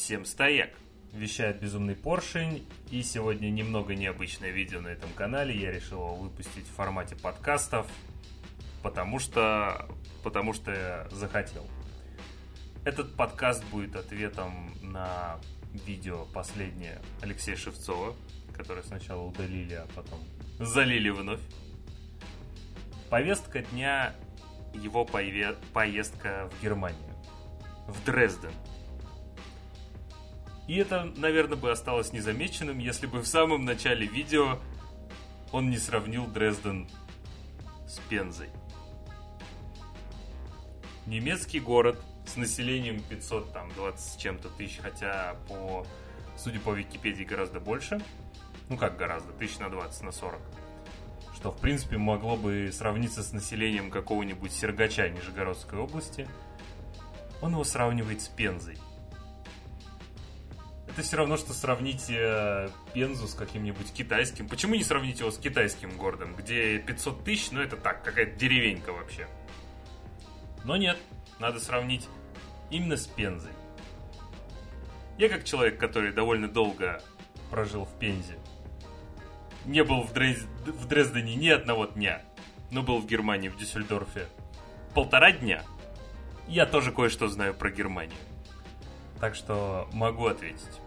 Всем стояк! Вещает Безумный Поршень, и сегодня немного необычное видео на этом канале. Я решил его выпустить в формате подкастов, потому что я захотел. Этот подкаст будет ответом на видео последнее Алексея Шевцова, которое сначала удалили, а потом залили вновь. Повестка дня — его поездка в Германию, в Дрезден. И это, наверное, бы осталось незамеченным, если бы в самом начале видео он не сравнил Дрезден с Пензой. Немецкий город с населением 520 с чем-то тысяч, хотя, судя по Википедии, гораздо больше. Ну как гораздо, тысяч на 20, на 40. Что, в принципе, могло бы сравниться с населением какого-нибудь Сергача Нижегородской области. Он его сравнивает с Пензой. Это все равно, что сравнить Пензу с каким-нибудь китайским. Почему не сравнить его с китайским городом, где 500 тысяч, ну это так, какая-то деревенька вообще. Но нет, надо сравнить именно с Пензой. Я как человек, который довольно долго прожил в Пензе, не был в Дрездене ни одного дня, но был в Германии, в Дюссельдорфе 1,5 дня. Я тоже кое-что знаю про Германию. Так что могу ответить.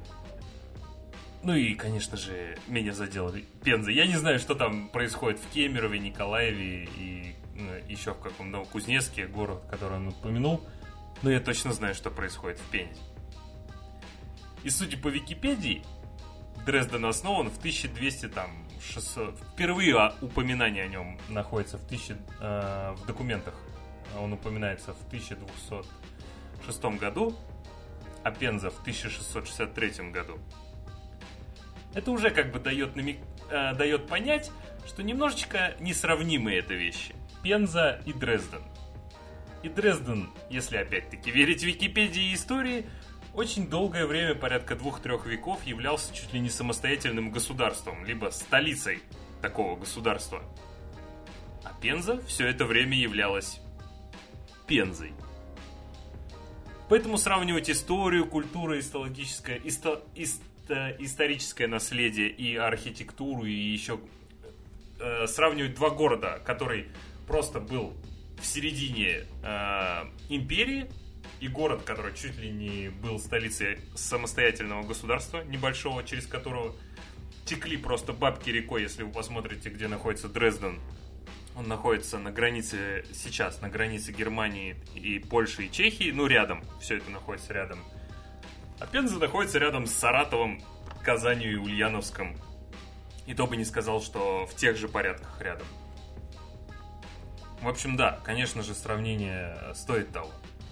Ну и, конечно же, меня задела Пенза. Я не знаю, что там происходит в Кемерове, Николаеве и еще в каком-то Новокузнецке, город, который он упомянул. Но я точно знаю, что происходит в Пензе. И судя по Википедии, Дрезден основан в 1200, впервые упоминание о нем находится в документах. Он упоминается в 1206 году, а Пенза в 1663 году. Это уже как бы дает понять, что немножечко несравнимые это вещи. Пенза и Дрезден. И Дрезден, если опять-таки верить Википедии и истории, очень долгое время, порядка 2-3 веков, являлся чуть ли не самостоятельным государством, либо столицей такого государства. А Пенза все это время являлась Пензой. Поэтому сравнивать историю, культуру, историческое наследие и архитектуру, и еще сравнивать два города, который просто был в середине империи, и город, который чуть ли не был столицей самостоятельного государства небольшого, через которого текли просто бабки рекой. Если вы посмотрите, где находится Дрезден, он находится на границе Германии и Польши и Чехии, ну рядом, все это находится рядом. А Пенза находится рядом с Саратовом, Казанью и Ульяновском. И то бы не сказал, что в тех же порядках рядом. В общем, да, конечно же, сравнение стоит того.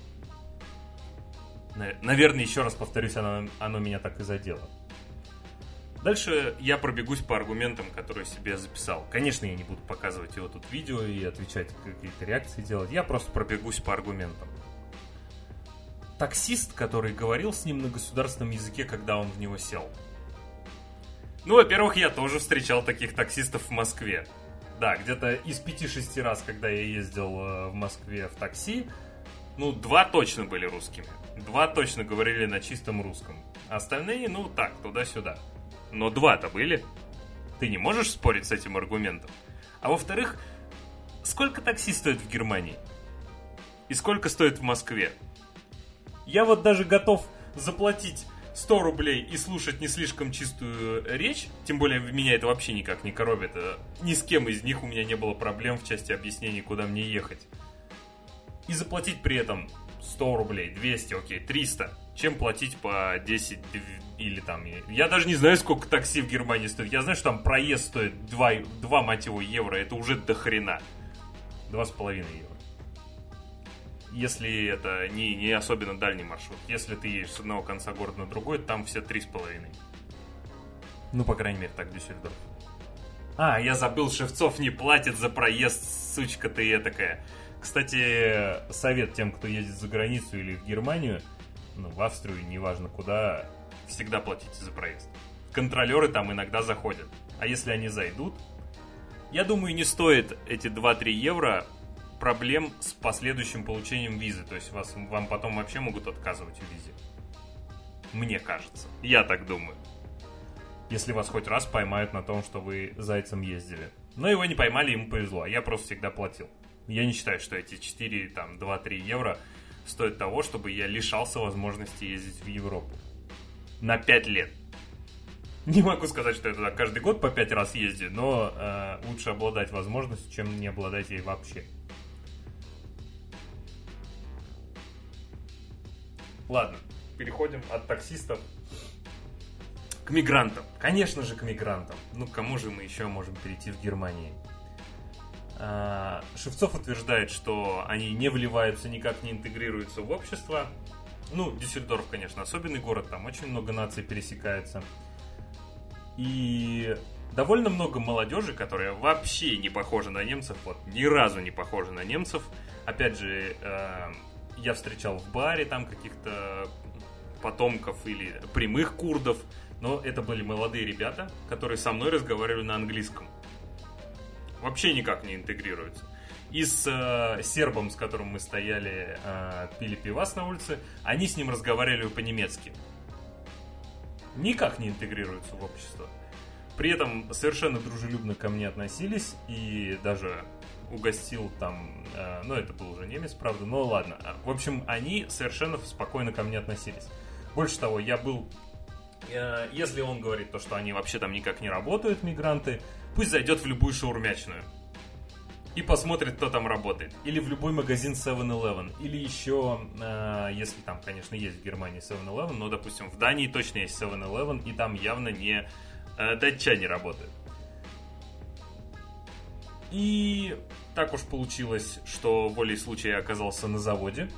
Наверное, еще раз повторюсь, оно меня так и задело. Дальше я пробегусь по аргументам, которые себе записал. Конечно, я не буду показывать его тут видео и отвечать, какие-то реакции делать. Я просто пробегусь по аргументам. Таксист, который говорил с ним на государственном языке, когда он в него сел. Ну, во-первых, я тоже встречал таких таксистов в Москве. Да, где-то из 5-6 раз, когда я ездил в Москве в такси, 2 точно были русскими. 2 точно говорили на чистом русском. Остальные, так, туда-сюда. Но 2-то были. Ты не можешь спорить с этим аргументом. А во-вторых, сколько такси стоит в Германии? И сколько стоит в Москве? Я вот даже готов заплатить 100 рублей и слушать не слишком чистую речь. Тем более меня это вообще никак не коробит. Ни с кем из них у меня не было проблем в части объяснений, куда мне ехать. И заплатить при этом 100 рублей, 200, окей, 300. Чем платить по 10 или там... Я даже не знаю, сколько такси в Германии стоит. Я знаю, что там проезд стоит 2 мать его, евро. Это уже до хрена. 2,5 евро. Если это не особенно дальний маршрут. Если ты едешь с одного конца города на другой, там все 3,5. Ну, по крайней мере, так в Дюссельдорфе. Я забыл, Шевцов не платит за проезд, сучка ты этакая. Кстати, совет тем, кто ездит за границу или в Германию, в Австрию, неважно куда, всегда платите за проезд. Контролеры там иногда заходят. А если они зайдут, я думаю, не стоит эти 2-3 евро проблем с последующим получением визы. То есть вам потом вообще могут отказывать в визе. Мне кажется. Я так думаю. Если вас хоть раз поймают на том, что вы зайцем ездили. Но его не поймали, ему повезло. А я просто всегда платил. Я не считаю, что эти 4, 2-3 евро стоят того, чтобы я лишался возможности ездить в Европу. На 5 лет. Не могу сказать, что я туда каждый год по 5 раз езжу, но лучше обладать возможностью, чем не обладать ей вообще. Ладно, переходим от таксистов к мигрантам. Конечно же, к мигрантам. Ну, к кому же мы еще можем перейти в Германии? Шевцов утверждает, что они не вливаются, никак не интегрируются в общество. Ну, Дюссельдорф, конечно, особенный город, там очень много наций пересекается. И довольно много молодежи, которая вообще не похожа на немцев, вот ни разу не похожа на немцев. Опять же, я встречал в баре там каких-то потомков или прямых курдов, но это были молодые ребята, которые со мной разговаривали на английском. Вообще никак не интегрируются. И с сербом, с которым мы стояли, пили пивас на улице, они с ним разговаривали по-немецки. Никак не интегрируются в общество. При этом совершенно дружелюбно ко мне относились и даже угостил там, ну это был уже немец, правда, но ладно. В общем, они совершенно спокойно ко мне относились. Больше того, я был, если он говорит то, что они вообще там никак не работают, мигранты, пусть зайдет в любую шаурмячную и посмотрит, кто там работает. Или в любой магазин 7-Eleven. Или еще, если там, конечно, есть в Германии 7-Eleven, но, допустим, в Дании точно есть 7-Eleven, и там явно не датчане работают. И так уж получилось, что волей случая я оказался на заводе.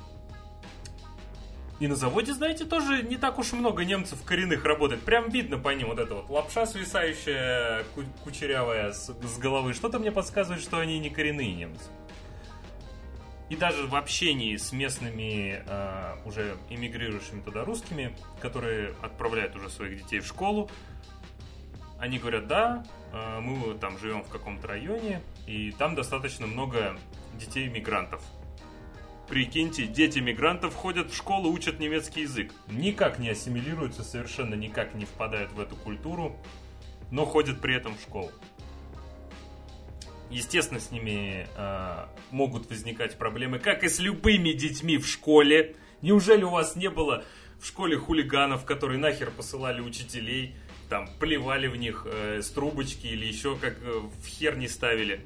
И на заводе, знаете, тоже не так уж много немцев коренных работает. Прям видно по ним вот эта вот лапша свисающая, кучерявая с головы. Что-то мне подсказывает, что они не коренные немцы. И даже в общении с местными уже эмигрирующими туда русскими, которые отправляют уже своих детей в школу, они говорят, да, мы там живем в каком-то районе, и там достаточно много детей-мигрантов. Прикиньте, дети мигрантов ходят в школу, учат немецкий язык. Никак не ассимилируются, совершенно никак не впадают в эту культуру, но ходят при этом в школу. Естественно, с ними могут возникать проблемы, как и с любыми детьми в школе. Неужели у вас не было в школе хулиганов, которые нахер посылали учителей, там плевали в них с трубочки или еще как в хер не ставили?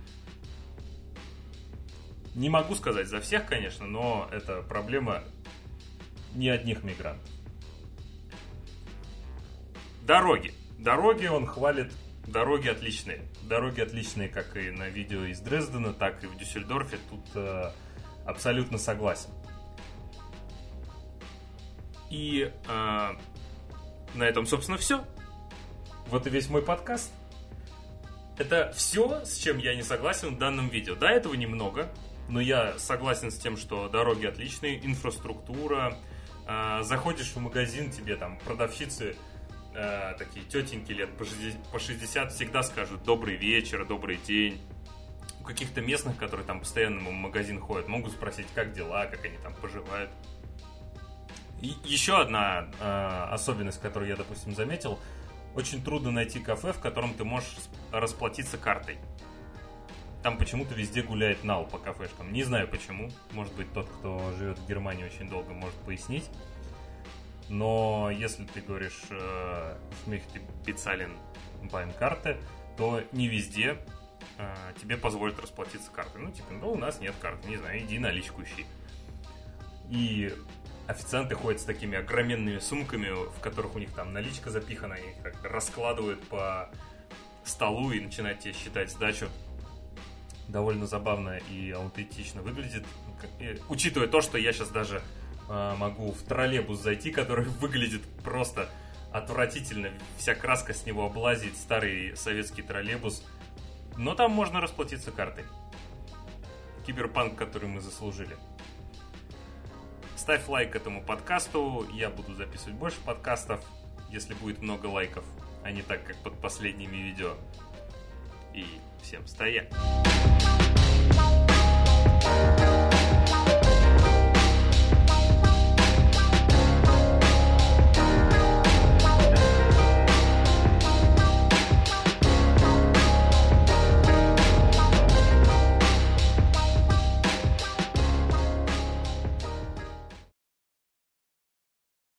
Не могу сказать за всех, конечно, но это проблема не одних мигрантов. Дороги. Дороги он хвалит. Дороги отличные. Дороги отличные как и на видео из Дрездена, так и в Дюссельдорфе. Тут абсолютно согласен. И на этом, собственно, все. Вот и весь мой подкаст. Это все, с чем я не согласен в данном видео. Да, этого немного. Но я согласен с тем, что дороги отличные, инфраструктура. Заходишь в магазин, тебе там продавщицы, такие тетеньки лет по 60, всегда скажут добрый вечер, добрый день. У каких-то местных, которые там постоянно в магазин ходят, могут спросить, как дела, как они там поживают. И еще одна особенность, которую я, допустим, заметил. Очень трудно найти кафе, в котором ты можешь расплатиться картой. Там почему-то везде гуляет нал по кафешкам. Не знаю почему. Может быть, тот, кто живет в Германии очень долго, может пояснить. Но если ты говоришь «Смехте Пицалин Байн-карты», то не везде тебе позволят расплатиться картой. Ну, типа, у нас нет карты, не знаю, иди наличку ищи. И официанты ходят с такими огроменными сумками, в которых у них там наличка запихана, они как раскладывают по столу и начинают тебе считать сдачу. Довольно забавно и аутентично выглядит. Учитывая то, что я сейчас даже могу в троллейбус зайти, который выглядит просто отвратительно. Вся краска с него облазит, старый советский троллейбус. Но там можно расплатиться картой. Киберпанк, который мы заслужили. Ставь лайк этому подкасту. Я буду записывать больше подкастов, если будет много лайков, а не так, как под последними видео. И всем стоять!